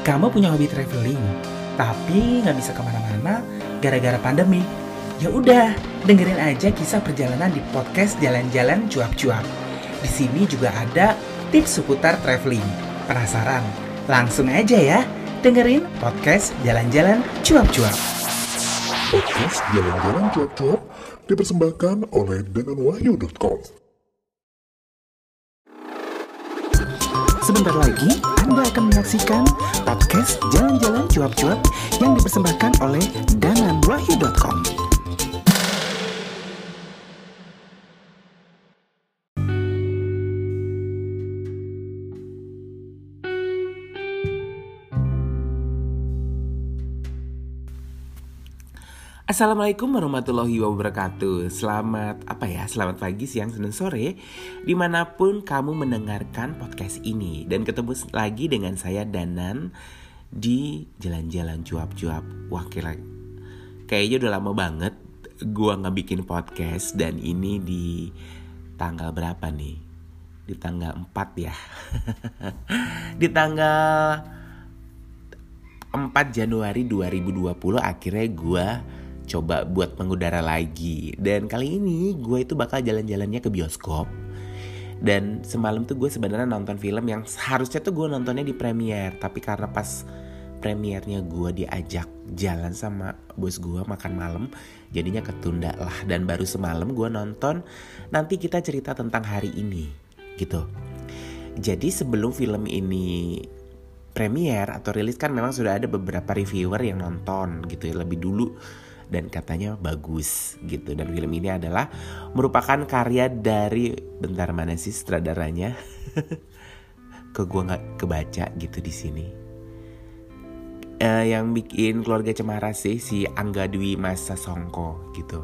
Kamu punya hobi traveling, tapi nggak bisa kemana-mana gara-gara pandemi. Ya udah, dengerin aja kisah perjalanan di podcast Jalan-Jalan Cuap-Cuap. Di sini juga ada tips seputar traveling. Penasaran? Langsung aja ya, dengerin podcast Jalan-Jalan Cuap-Cuap. Podcast Jalan-Jalan Cuap-Cuap dipersembahkan oleh denganwahyu.com. Sebentar lagi Anda akan menyaksikan podcast Jalan-Jalan Cuap-Cuap yang dipersembahkan oleh denganwahyu.com. Assalamualaikum warahmatullahi wabarakatuh. Selamat pagi, siang, dan sore dimanapun kamu mendengarkan podcast ini. Dan ketemu lagi dengan saya Danan di Jalan-Jalan Cuap-Cuap. Wah, kayaknya udah lama banget gua nggak bikin podcast. Dan ini di tanggal berapa nih? Di tanggal 4 ya. Di tanggal 4 Januari 2020 akhirnya gua coba buat mengudara lagi. Dan kali ini gue itu bakal jalan-jalannya ke bioskop. Dan semalam tuh gue sebenarnya nonton film yang harusnya tuh gue nontonnya di premier. Tapi karena pas premiernya gue diajak jalan sama bos gue makan malam, jadinya ketunda lah. Dan baru semalam gue nonton Nanti Kita Cerita Tentang Hari Ini gitu. Jadi sebelum film ini premier atau rilis kan memang sudah ada beberapa reviewer yang nonton gitu ya lebih dulu. Dan katanya bagus gitu. Dan film ini adalah merupakan karya dari, bentar mana sih sutradaranya? Kok gue nggak kebaca gitu di sini. Yang bikin Keluarga Cemara sih si Angga Dwi Masa Songko gitu.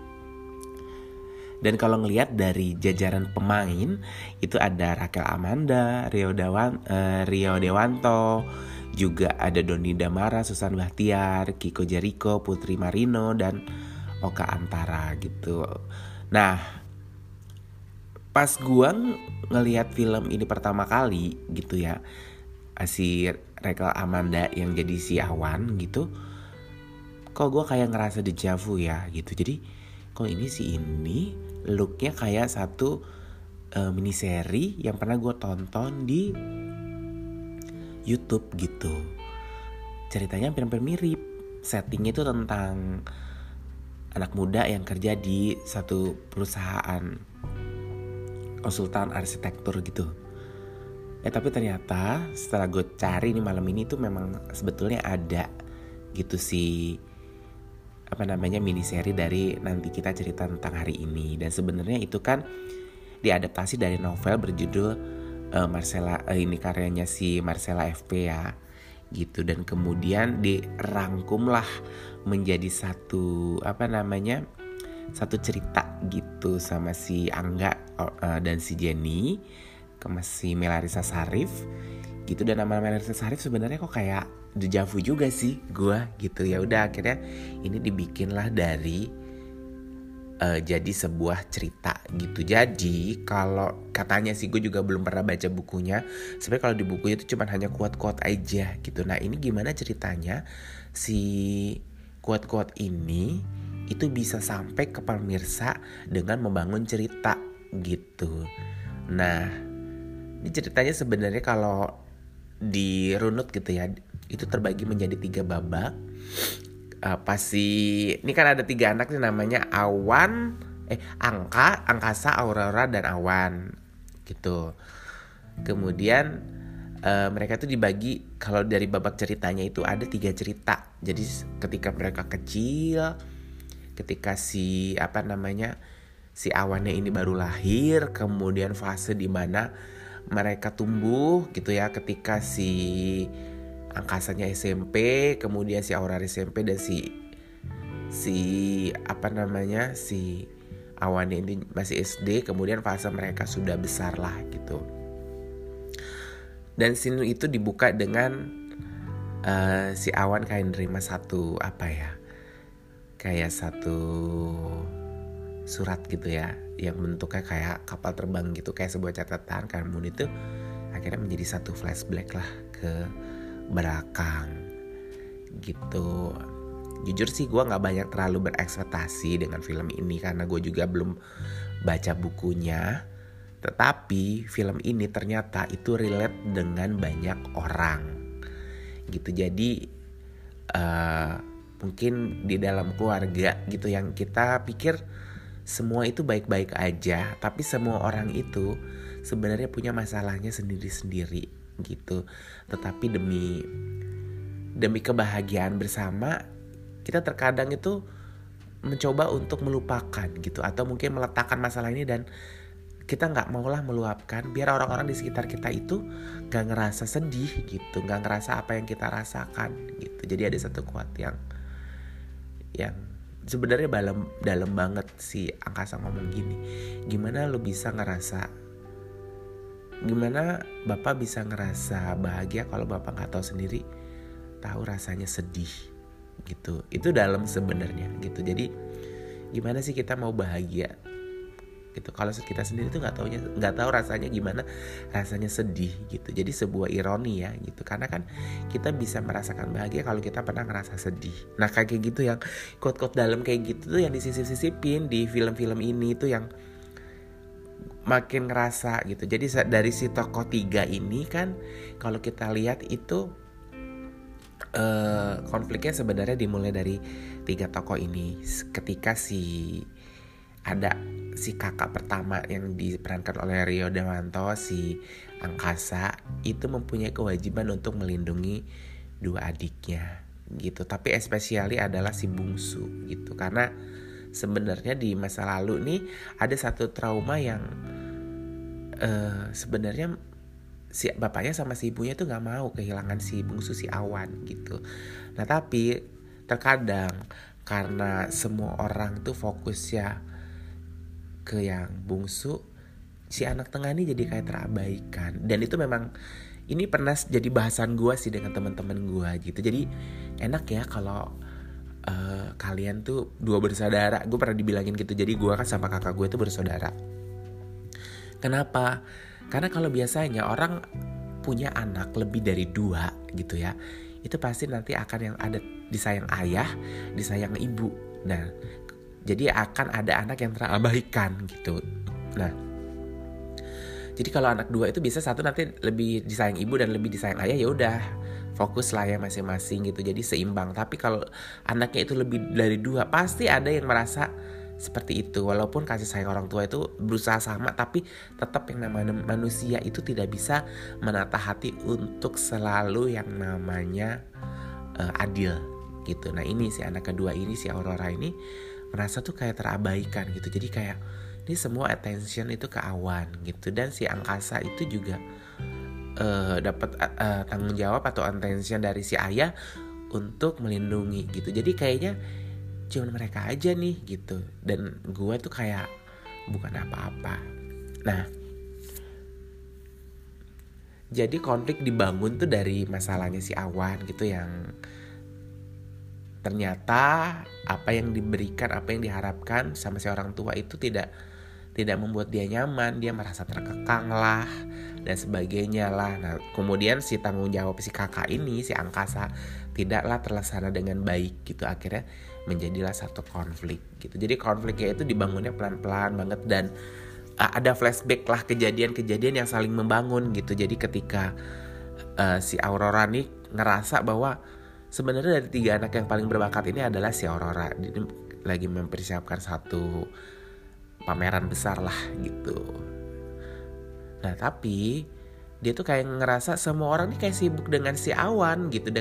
Dan kalau ngelihat dari jajaran pemain itu ada Rachel Amanda, Rio Dewanto, juga ada Doni Damara, Susan Bahtiar, Kiko Jericho, Putri Marino, dan Oka Antara gitu. Nah, pas gua ngelihat film ini pertama kali gitu ya, si Rachel Amanda yang jadi si Awan gitu, kok gua kayak ngerasa deja vu ya gitu. Jadi kok ini looknya kayak satu miniseri yang pernah gue tonton di YouTube gitu. Ceritanya hampir mirip. Settingnya itu tentang anak muda yang kerja di satu perusahaan konsultan arsitektur gitu. Tapi ternyata setelah gue cari nih malam ini tuh memang sebetulnya ada gitu sih miniseri dari Nanti Kita Cerita Tentang Hari Ini. Dan sebenarnya itu kan diadaptasi dari novel berjudul Marcella, ini karyanya si Marcella FP ya gitu. Dan kemudian dirangkum lah menjadi satu satu cerita gitu sama si Angga dan si Jenny, sama si Melarisa Sarif gitu. Dan nama Melarisa Sarif sebenarnya kok kayak deja vu juga sih gue gitu. Ya udah akhirnya ini dibikin lah dari jadi sebuah cerita gitu. Jadi kalau katanya sih, gue juga belum pernah baca bukunya. Sebenarnya kalau di bukunya itu cuma hanya quote-quote aja gitu. Nah ini gimana ceritanya si quote-quote ini itu bisa sampai ke pemirsa dengan membangun cerita gitu. Nah ini ceritanya sebenarnya kalau dirunut gitu ya, itu terbagi menjadi 3 babak. Ini kan ada 3 anak nih, namanya Angkasa, Aurora, dan Awan gitu. Kemudian mereka tuh dibagi, kalau dari babak ceritanya itu ada 3 cerita. Jadi ketika mereka kecil, ketika si Awannya ini baru lahir, kemudian fase di mana mereka tumbuh gitu ya, ketika si Angkasanya SMP, kemudian si Aurora SMP, dan si Awannya ini masih SD, kemudian fase mereka sudah besar lah gitu. Dan scene itu dibuka dengan si Awan kayak nerima satu surat gitu ya, yang bentuknya kayak kapal terbang gitu, kayak sebuah catatan. Kemudian itu akhirnya menjadi satu flashback lah ke belakang gitu. Jujur sih gue gak banyak terlalu berekspektasi dengan film ini karena gue juga belum baca bukunya. Tetapi film ini ternyata itu relate dengan banyak orang gitu. Jadi mungkin di dalam keluarga gitu yang kita pikir semua itu baik-baik aja, tapi semua orang itu sebenarnya punya masalahnya sendiri-sendiri gitu. Tetapi demi kebahagiaan bersama, kita terkadang itu mencoba untuk melupakan gitu, atau mungkin meletakkan masalah ini dan kita nggak maulah meluapkan biar orang-orang di sekitar kita itu nggak ngerasa sedih gitu, nggak ngerasa apa yang kita rasakan gitu. Jadi ada satu quote yang sebenarnya dalam banget si Angkasa ngomong gini, gimana Bapak bisa ngerasa bahagia kalau Bapak nggak tahu sendiri tahu rasanya sedih gitu. Itu dalam sebenarnya gitu. Jadi gimana sih kita mau bahagia gitu kalau kita sendiri tuh nggak tahu rasanya gimana rasanya sedih gitu. Jadi sebuah ironi ya gitu, karena kan kita bisa merasakan bahagia kalau kita pernah ngerasa sedih. Nah kayak gitu yang quote-quote dalam kayak gitu tuh yang disisip-sisipin di film-film ini tuh yang makin ngerasa gitu. Jadi dari si tokoh 3 ini kan kalau kita lihat itu konfliknya sebenarnya dimulai dari 3 tokoh ini. Ketika ada si kakak pertama yang diperankan oleh Rio Dewanto, si Angkasa itu mempunyai kewajiban untuk melindungi 2 adiknya gitu. Tapi especially adalah si bungsu gitu, karena sebenarnya di masa lalu nih ada satu trauma yang sebenarnya si bapaknya sama si ibunya tuh nggak mau kehilangan si bungsu, si Awan gitu. Nah tapi terkadang karena semua orang tuh fokus ya ke yang bungsu, si anak tengah ini jadi kayak terabaikan. Dan itu memang ini pernah jadi bahasan gue sih dengan teman-teman gue gitu. Jadi enak ya kalau kalian tuh 2 bersaudara. Gue pernah dibilangin gitu. Jadi gue kan sama kakak gue tuh bersaudara. Kenapa? Karena kalau biasanya orang punya anak lebih dari 2 gitu ya, itu pasti nanti akan yang ada disayang ayah, disayang ibu. Nah jadi akan ada anak yang terabaikan gitu. Nah jadi kalau anak 2 itu bisa satu nanti lebih disayang ibu dan lebih disayang ayah, ya udah fokus lah ya masing-masing gitu, jadi seimbang. Tapi kalau anaknya itu lebih dari 2 pasti ada yang merasa seperti itu. Walaupun kasih sayang orang tua itu berusaha sama, tapi tetap yang namanya manusia itu tidak bisa menata hati untuk selalu yang namanya adil gitu. Nah ini si anak kedua ini, si Aurora ini merasa tuh kayak terabaikan gitu. Jadi kayak ini semua attention itu ke Awan gitu. Dan si Angkasa itu juga dapat tanggung jawab atau attention dari si ayah untuk melindungi gitu. Jadi kayaknya cuman mereka aja nih gitu, dan gue tuh kayak bukan apa-apa. Nah jadi konflik dibangun tuh dari masalahnya si Awan gitu, yang ternyata apa yang diberikan, apa yang diharapkan sama si orang tua itu tidak membuat dia nyaman. Dia merasa terkekang lah dan sebagainya lah. Nah kemudian si tanggung jawab si kakak ini, si Angkasa, tidaklah terlaksana dengan baik gitu. Akhirnya menjadilah satu konflik gitu. Jadi konfliknya itu dibangunnya pelan-pelan banget, dan ada flashback lah kejadian-kejadian yang saling membangun gitu. Jadi ketika si Aurora nih ngerasa bahwa sebenarnya dari 3 anak yang paling berbakat ini adalah si Aurora. Dia lagi mempersiapkan satu pameran besar lah gitu. Nah tapi dia tuh kayak ngerasa semua orang nih kayak sibuk dengan si Awan gitu,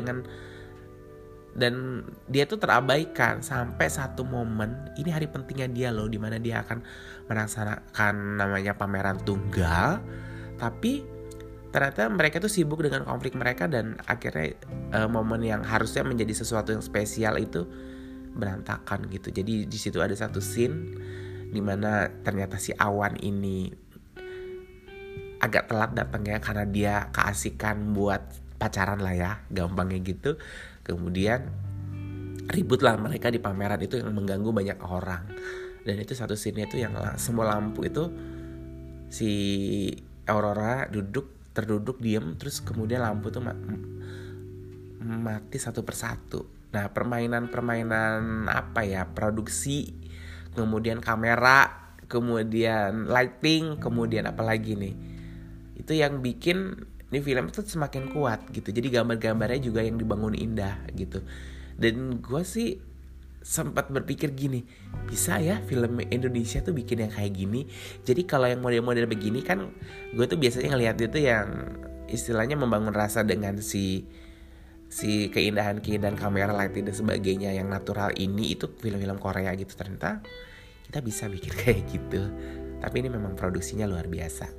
dan dia tuh terabaikan sampai satu momen, ini hari pentingnya dia loh, dimana dia akan melaksanakan namanya pameran tunggal, tapi ternyata mereka tuh sibuk dengan konflik mereka, dan akhirnya momen yang harusnya menjadi sesuatu yang spesial itu berantakan gitu. Jadi di situ ada satu scene dimana ternyata si Awan ini agak telat datangnya karena dia keasikan buat pacaran lah ya, gampangnya gitu. Kemudian ribut lah mereka di pameran itu yang mengganggu banyak orang. Dan itu satu scene itu yang semua lampu itu si Aurora terduduk diem, terus kemudian lampu tuh mati satu persatu. Nah, permainan apa ya, produksi, kemudian kamera, kemudian lighting, kemudian apa lagi nih, itu yang bikin ini film itu semakin kuat gitu. Jadi gambar-gambarnya juga yang dibangun indah gitu. Dan gue sih sempat berpikir gini, bisa ya film Indonesia tuh bikin yang kayak gini. Jadi kalau yang model-model begini kan, gue tuh biasanya ngelihat itu yang istilahnya membangun rasa dengan si keindahan kamera, lighting dan sebagainya yang natural. Ini itu film-film Korea gitu. Ternyata kita bisa bikin kayak gitu. Tapi ini memang produksinya luar biasa.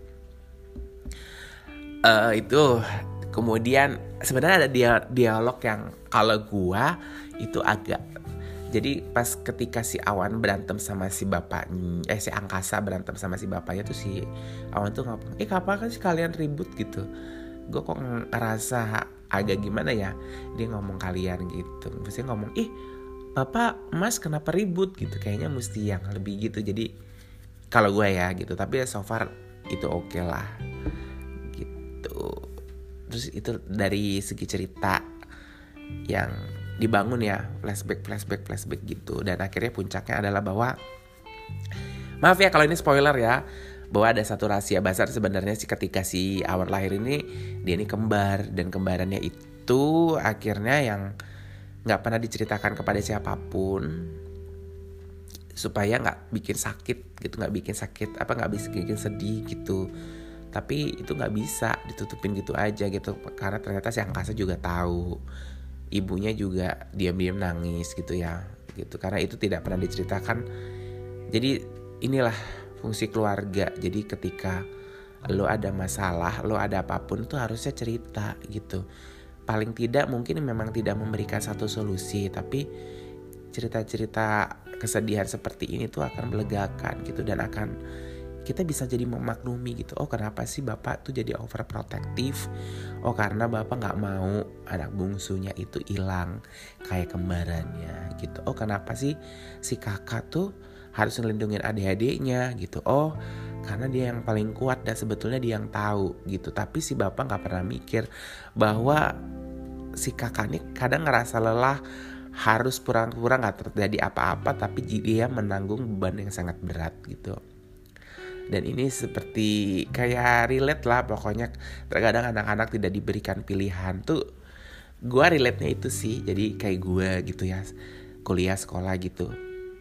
Itu kemudian sebenarnya ada dialog yang kalau gua itu agak, jadi pas ketika si Awan berantem sama si bapaknya, si Angkasa berantem sama si bapaknya tuh, si Awan tuh ngomong, kapan kan sih kalian ribut gitu. Gue kok ngerasa agak gimana ya, dia ngomong kalian gitu, mesti ngomong bapak mas kenapa ribut gitu, kayaknya mesti yang lebih gitu. Jadi kalau gue ya gitu, tapi so far itu oke lah gitu. Terus itu dari segi cerita yang dibangun ya, flashback gitu. Dan akhirnya puncaknya adalah bahwa, maaf ya kalau ini spoiler ya, bahwa ada satu rahasia besar sebenarnya sih ketika si Awan lahir ini, dia ini kembar. Dan kembarannya itu akhirnya yang gak pernah diceritakan kepada siapapun, supaya gak bikin sakit gitu, gak bikin sedih gitu. Tapi itu gak bisa ditutupin gitu aja gitu, karena ternyata si Angkasa juga tahu, ibunya juga diam-diam nangis gitu ya gitu, karena itu tidak pernah diceritakan. Jadi inilah fungsi keluarga. Jadi ketika lo ada masalah, lo ada apapun tuh harusnya cerita gitu. Paling tidak mungkin memang tidak memberikan satu solusi, tapi cerita-cerita kesedihan seperti ini tuh akan melegakan gitu, dan akan kita bisa jadi memaklumi gitu. Oh, kenapa sih bapak tuh jadi overprotective? Oh, karena bapak gak mau anak bungsunya itu hilang kayak kembarannya gitu. Oh, kenapa sih si kakak tuh harus ngelindungin adik-adiknya gitu. Oh, karena dia yang paling kuat dan sebetulnya dia yang tahu gitu. Tapi si bapak gak pernah mikir bahwa si kakak ini kadang ngerasa lelah, harus pura-pura gak terjadi apa-apa, tapi dia menanggung beban yang sangat berat gitu. Dan ini seperti kayak relate lah pokoknya. Terkadang anak-anak tidak diberikan pilihan tuh, gue relate-nya itu sih. Jadi kayak gue gitu ya, kuliah sekolah gitu,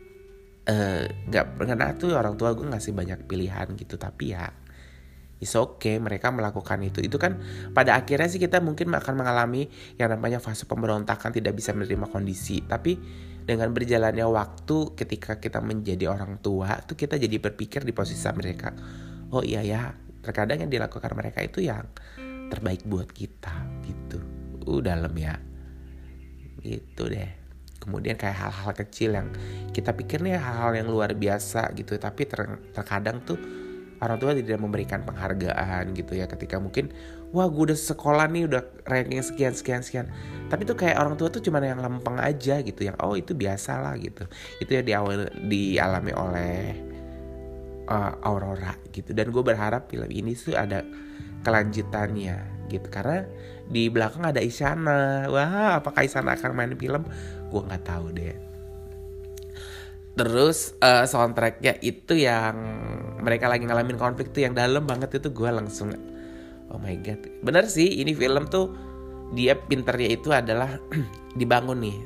gak pernah tuh orang tua gue ngasih banyak pilihan gitu. Tapi ya it's okay, mereka melakukan itu. Itu kan pada akhirnya sih kita mungkin akan mengalami yang namanya fase pemberontakan, tidak bisa menerima kondisi. Tapi dengan berjalannya waktu, ketika kita menjadi orang tua tuh kita jadi berpikir di posisi mereka. Oh iya ya, terkadang yang dilakukan mereka itu yang terbaik buat kita gitu. Dalam ya gitu deh. Kemudian kayak hal-hal kecil yang kita pikir nih hal-hal yang luar biasa gitu, tapi terkadang tuh orang tua tidak memberikan penghargaan gitu ya. Ketika mungkin, wah gue udah sekolah nih, udah ranking sekian. Tapi tuh kayak orang tua tuh cuma yang lempeng aja gitu, yang oh itu biasa lah gitu. Itu yang dialami oleh Aurora gitu. Dan gue berharap film ini tuh ada kelanjutannya gitu, karena di belakang ada Isyana. Wah, apakah Isyana akan main film? Gue nggak tahu deh. Terus soundtracknya itu yang mereka lagi ngalamin konflik tuh yang dalam banget, itu gue langsung oh my god. Bener sih, ini film tuh dia pinternya itu adalah dibangun nih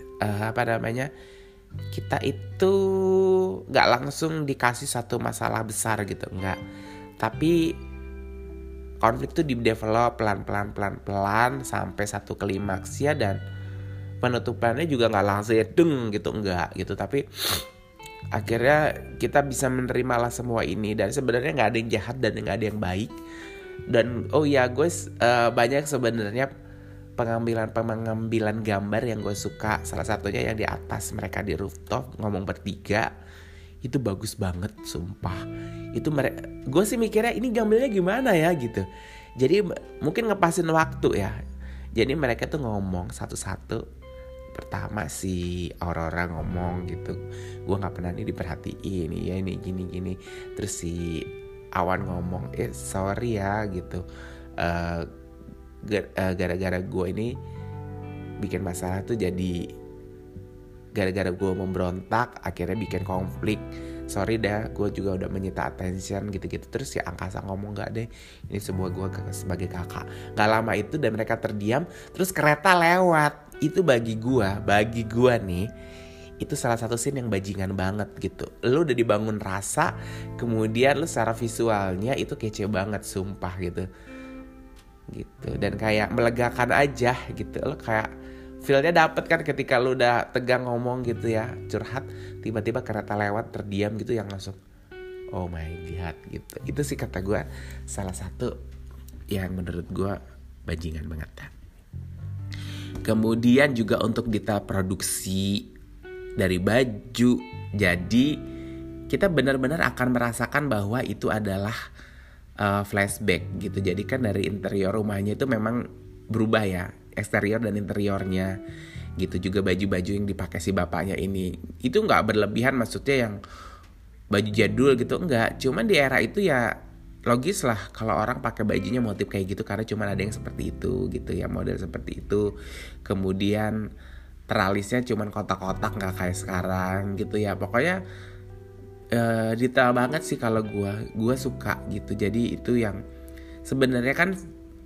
kita itu gak langsung dikasih satu masalah besar gitu, enggak. Tapi konflik tuh di develop pelan-pelan sampai satu klimaks ya. Dan penutupannya juga gak langsung ya deng gitu, enggak gitu. Tapi akhirnya kita bisa menerima lah semua ini. Dan sebenarnya gak ada yang jahat dan gak ada yang baik. Dan oh ya guys, banyak sebenarnya pengambilan gambar yang gue suka. Salah satunya yang di atas mereka di rooftop ngomong bertiga, itu bagus banget sumpah. Itu gue sih mikirnya ini gambarnya gimana ya gitu. Jadi mungkin ngepasin waktu ya. Jadi mereka tuh ngomong satu-satu. Pertama si Aurora ngomong gitu, gue gak pernah nih diperhatiin ya, ini gini. Terus si Awan ngomong, sorry ya gitu, gara-gara gue ini bikin masalah tuh jadi gara-gara gue memberontak akhirnya bikin konflik. Sorry dah, gue juga udah menyita attention gitu-gitu. Terus si angkasa ngomong gak deh, ini sebuah gue sebagai kakak. Gak lama itu dan mereka terdiam, terus kereta lewat. Itu bagi gue nih, itu salah satu scene yang bajingan banget gitu. Lu udah dibangun rasa, kemudian lu secara visualnya itu kece banget sumpah gitu. Dan kayak melegakan aja gitu. Lu kayak feel-nya dapet kan ketika lu udah tegang ngomong gitu ya, curhat, tiba-tiba kereta lewat terdiam gitu yang langsung oh my god gitu. Itu sih kata gue salah satu yang menurut gue bajingan banget. Kemudian juga untuk detail produksi dari baju, jadi kita benar-benar akan merasakan bahwa itu adalah flashback gitu. Jadi kan dari interior rumahnya itu memang berubah ya, eksterior dan interiornya gitu. Juga baju-baju yang dipakai si bapaknya ini itu nggak berlebihan, maksudnya yang baju jadul gitu enggak. Cuman di era itu ya logis lah kalau orang pakai bajunya motif kayak gitu karena cuman ada yang seperti itu gitu ya, model seperti itu. Kemudian teralisnya cuman kotak-kotak, nggak kayak sekarang gitu ya. Pokoknya detail banget sih kalau gue suka gitu. Jadi itu yang sebenarnya kan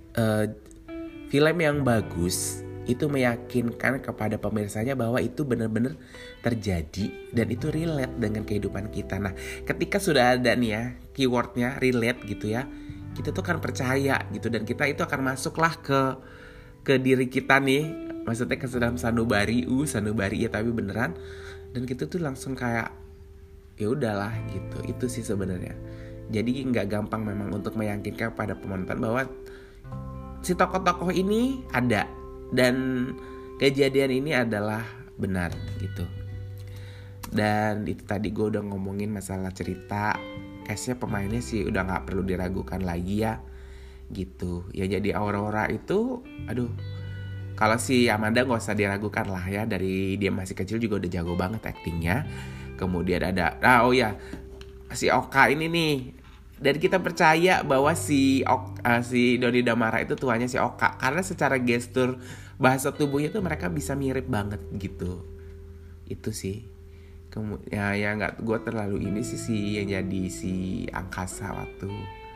film yang bagus itu meyakinkan kepada pemirsanya bahwa itu benar-benar terjadi dan itu relate dengan kehidupan kita. Nah, ketika sudah ada nih ya keywordnya relate gitu ya, kita tuh akan percaya gitu dan kita itu akan masuklah ke diri kita nih, maksudnya ke dalam sanubari ya tapi beneran, dan kita tuh langsung kayak ya udahlah gitu. Itu sih sebenarnya. Jadi nggak gampang memang untuk meyakinkan pada penonton bahwa si tokoh-tokoh ini ada dan kejadian ini adalah benar gitu. Dan itu tadi gue udah ngomongin masalah cerita, cast-nya pemainnya sih udah nggak perlu diragukan lagi ya gitu. Ya jadi Aurora itu, aduh, kalau si Amanda nggak usah diragukan lah ya, dari dia masih kecil juga udah jago banget aktingnya. Kemudian ada, si Oka ini nih. Dan kita percaya bahwa si Doni Damara itu tuanya si Oka, karena secara gestur bahasa tubuhnya tuh mereka bisa mirip banget gitu. Itu sih. Ya nggak, gue terlalu ini sih yang jadi si angkasa waktu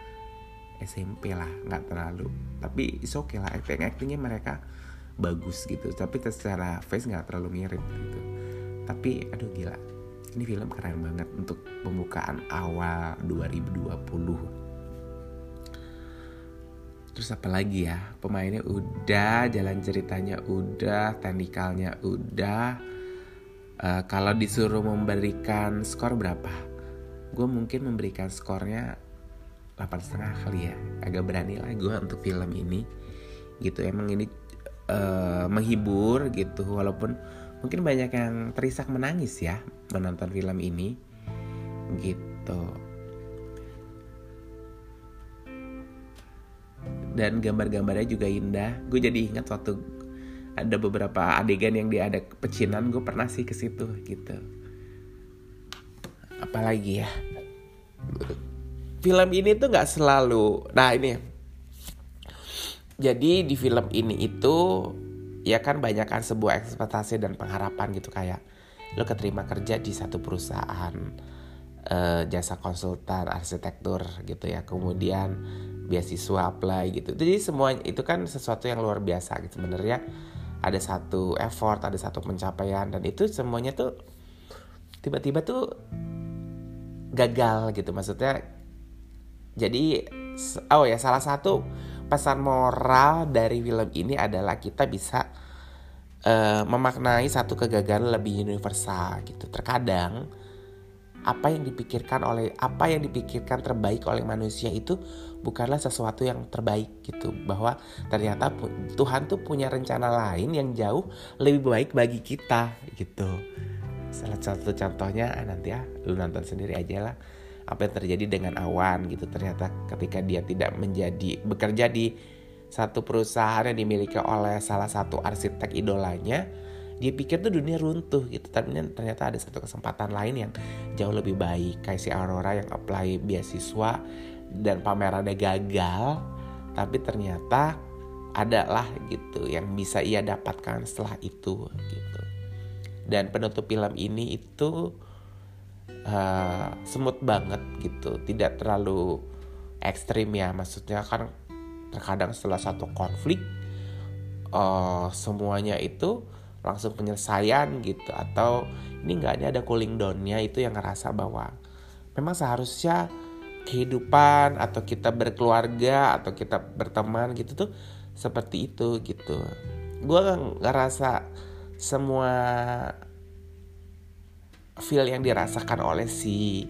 SMP lah, nggak terlalu. Tapi it's okay lah, actingnya mereka bagus gitu. Tapi secara face nggak terlalu mirip gitu. Tapi aduh gila. Ini film keren banget untuk pembukaan awal 2020. Terus apa lagi ya? Pemainnya udah, jalan ceritanya udah, teknikalnya udah. Kalau disuruh memberikan skor berapa? Gue mungkin memberikan skornya 8,5 kali ya. Agak berani lah gue untuk film ini. Gitu, emang ini menghibur gitu. Walaupun mungkin banyak yang terisak menangis ya menonton film ini gitu. Dan gambar-gambarnya juga indah. Gue jadi ingat waktu ada beberapa adegan yang dia ada pecinan, gue pernah sih ke situ gitu. Apalagi ya, film ini tuh nggak selalu. Nah ini, jadi di film ini itu ya kan banyak kan sebuah ekspektasi dan pengharapan gitu, kayak lo keterima kerja di satu perusahaan jasa konsultan arsitektur gitu ya, kemudian beasiswa apply gitu. Jadi semua itu kan sesuatu yang luar biasa gitu sebenarnya. Ada satu effort, ada satu pencapaian, dan itu semuanya tuh tiba-tiba tuh gagal gitu. Maksudnya jadi salah satu pesan moral dari film ini adalah kita bisa memaknai satu kegagalan lebih universal gitu. Terkadang apa yang dipikirkan terbaik oleh manusia itu bukanlah sesuatu yang terbaik gitu. Bahwa ternyata Tuhan tuh punya rencana lain yang jauh lebih baik bagi kita gitu. Salah satu contohnya nanti ya lu nonton sendiri aja lah, apa yang terjadi dengan Awan gitu. Ternyata ketika dia tidak bekerja di satu perusahaan yang dimiliki oleh salah satu arsitek idolanya, dia pikir tuh dunia runtuh gitu. Tapi ternyata ada satu kesempatan lain yang jauh lebih baik. Kayak si Aurora yang apply beasiswa dan pamerannya gagal, tapi ternyata ada lah gitu yang bisa ia dapatkan setelah itu gitu. Dan penutup film ini itu smooth banget gitu, tidak terlalu ekstrim ya. Maksudnya kan terkadang setelah satu konflik semuanya itu langsung penyelesaian gitu, atau ini ada cooling downnya. Itu yang ngerasa bahwa memang seharusnya kehidupan atau kita berkeluarga atau kita berteman gitu tuh seperti itu gitu. Gue ngerasa semua feel yang dirasakan oleh si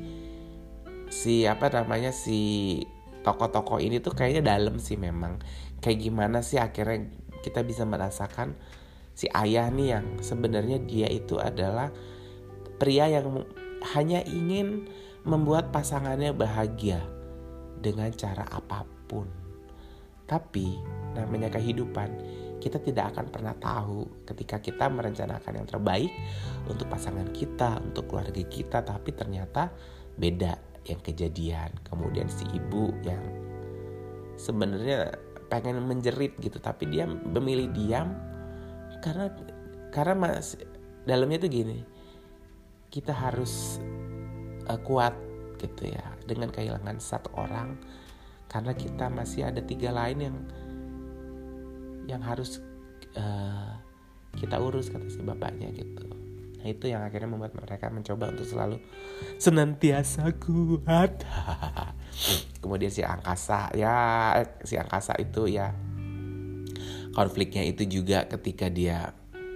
tokoh-tokoh ini tuh kayaknya dalam sih. Memang kayak gimana sih akhirnya kita bisa merasakan si ayah nih yang sebenarnya dia itu adalah pria yang hanya ingin membuat pasangannya bahagia dengan cara apapun. Tapi namanya kehidupan, kita tidak akan pernah tahu ketika kita merencanakan yang terbaik untuk pasangan kita, untuk keluarga kita, tapi ternyata beda yang kejadian. Kemudian si ibu yang sebenarnya pengen menjerit gitu, tapi dia memilih diam karena dalamnya tuh gini, kita harus kuat gitu ya dengan kehilangan satu orang, karena kita masih ada 3 lain yang harus kita urus, kata si bapaknya gitu. Nah itu yang akhirnya membuat mereka mencoba untuk selalu senantiasa kuat. Kemudian si angkasa itu ya, konfliknya itu juga ketika dia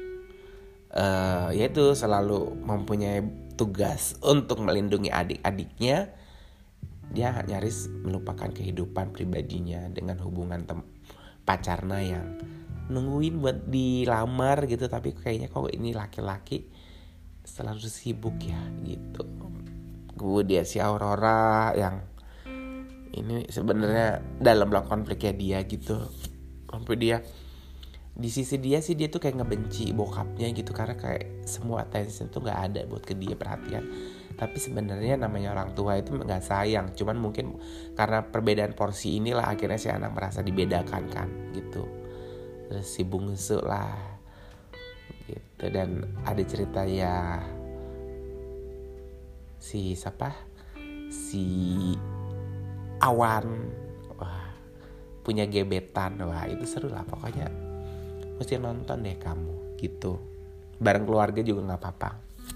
yaitu selalu mempunyai tugas untuk melindungi adik-adiknya. Dia nyaris melupakan kehidupan pribadinya dengan hubungan pacarnya yang nungguin buat dilamar gitu, tapi kayaknya kok ini laki-laki selalu sibuk ya gitu. Kemudian si Aurora yang ini sebenarnya dalam konfliknya dia gitu, sampai dia di sisi dia sih dia tuh kayak ngebenci bokapnya gitu, karena kayak semua attention tuh nggak ada buat ke dia, perhatian. Tapi sebenarnya namanya orang tua itu nggak sayang, cuman mungkin karena perbedaan porsi inilah akhirnya si anak merasa dibedakan kan gitu. Terus si bungsu lah gitu, dan ada cerita ya si Awan, wah punya gebetan, wah itu seru lah pokoknya. Mesti nonton deh kamu gitu, bareng keluarga juga nggak apa-apa.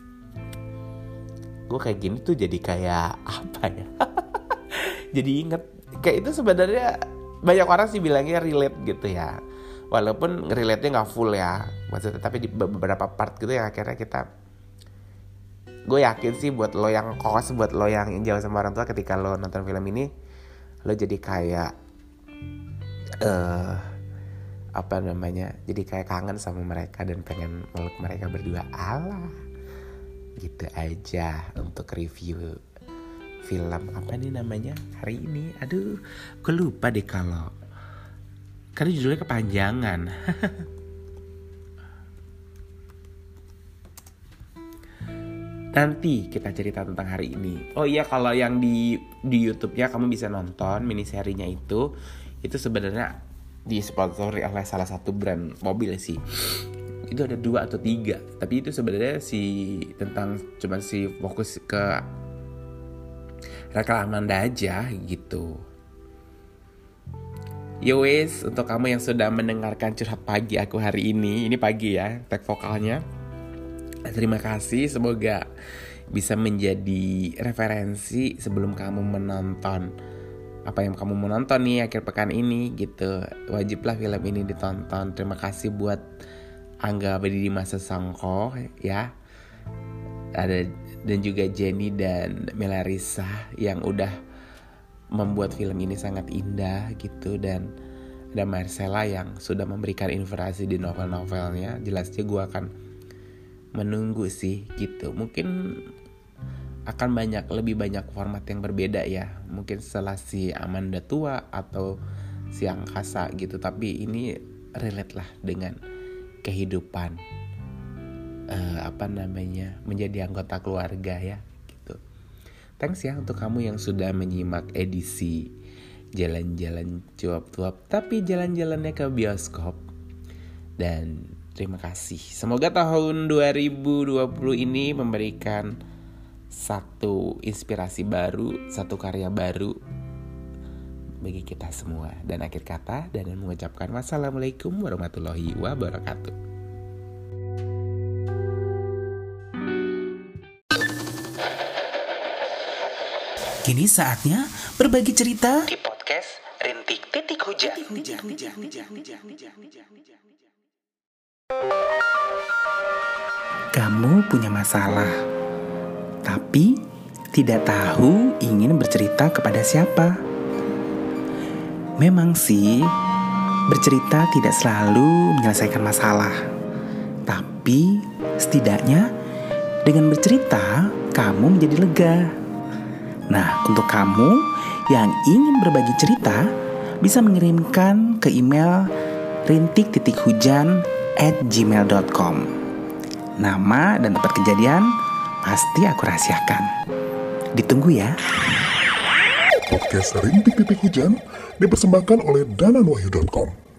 Gue kayak gini tuh jadi kayak apa ya? Jadi inget kayak itu sebenarnya banyak orang sih bilangnya relate gitu ya. Walaupun relate-nya nggak full ya, maksudnya tapi di beberapa part gitu ya akhirnya gue yakin sih buat lo yang kos, buat lo yang jauh sama orang tua, ketika lo nonton film ini lo jadi kayak jadi kayak kangen sama mereka dan pengen meluk mereka berdua. Alah gitu aja untuk review film apa nih namanya hari ini. Aduh, gue lupa deh karena judulnya kepanjangan. Nanti kita cerita tentang hari ini. Oh iya, kalau yang di YouTube-nya kamu bisa nonton miniserinya itu sebenarnya disponsori oleh salah satu brand mobil sih. Itu ada 2 atau 3, tapi itu sebenarnya cuman fokus ke Raka Amanda aja gitu. Yowes, untuk kamu yang sudah mendengarkan curhat pagi aku hari ini pagi ya, tag vokalnya. Terima kasih, semoga bisa menjadi referensi sebelum kamu menonton apa yang kamu mau nonton nih akhir pekan ini gitu. Wajiblah film ini ditonton. Terima kasih buat Angga Bedidi Sangko ya, ada dan juga Jenny dan Melarisa yang udah membuat film ini sangat indah gitu, dan ada Marcella yang sudah memberikan inspirasi di novel-novelnya. Jelasnya gue akan menunggu sih gitu. Mungkin akan lebih banyak format yang berbeda ya, mungkin setelah si Amanda tua atau si Angkasa gitu, tapi ini relate lah dengan kehidupan menjadi anggota keluarga ya gitu. Thanks ya untuk kamu yang sudah menyimak edisi jalan-jalan cuap-cuap, tapi jalan-jalannya ke bioskop. Dan terima kasih. Semoga tahun 2020 ini memberikan satu inspirasi baru, satu karya baru bagi kita semua. Dan akhir kata, dan mengucapkan wassalamualaikum warahmatullahi wabarakatuh. Kini saatnya berbagi cerita Di podcast Rintik Titik Hujan. Kamu punya masalah, tapi tidak tahu ingin bercerita kepada siapa. Memang sih, bercerita tidak selalu menyelesaikan masalah. Tapi setidaknya dengan bercerita, kamu menjadi lega. Nah, untuk kamu yang ingin berbagi cerita, bisa mengirimkan ke email rintik.hujan@gmail.com. Nama dan tempat kejadian pasti aku rahasiakan. Ditunggu ya. Podcast Rintik Titik Hujan dipersembahkan oleh dananwahyu.com.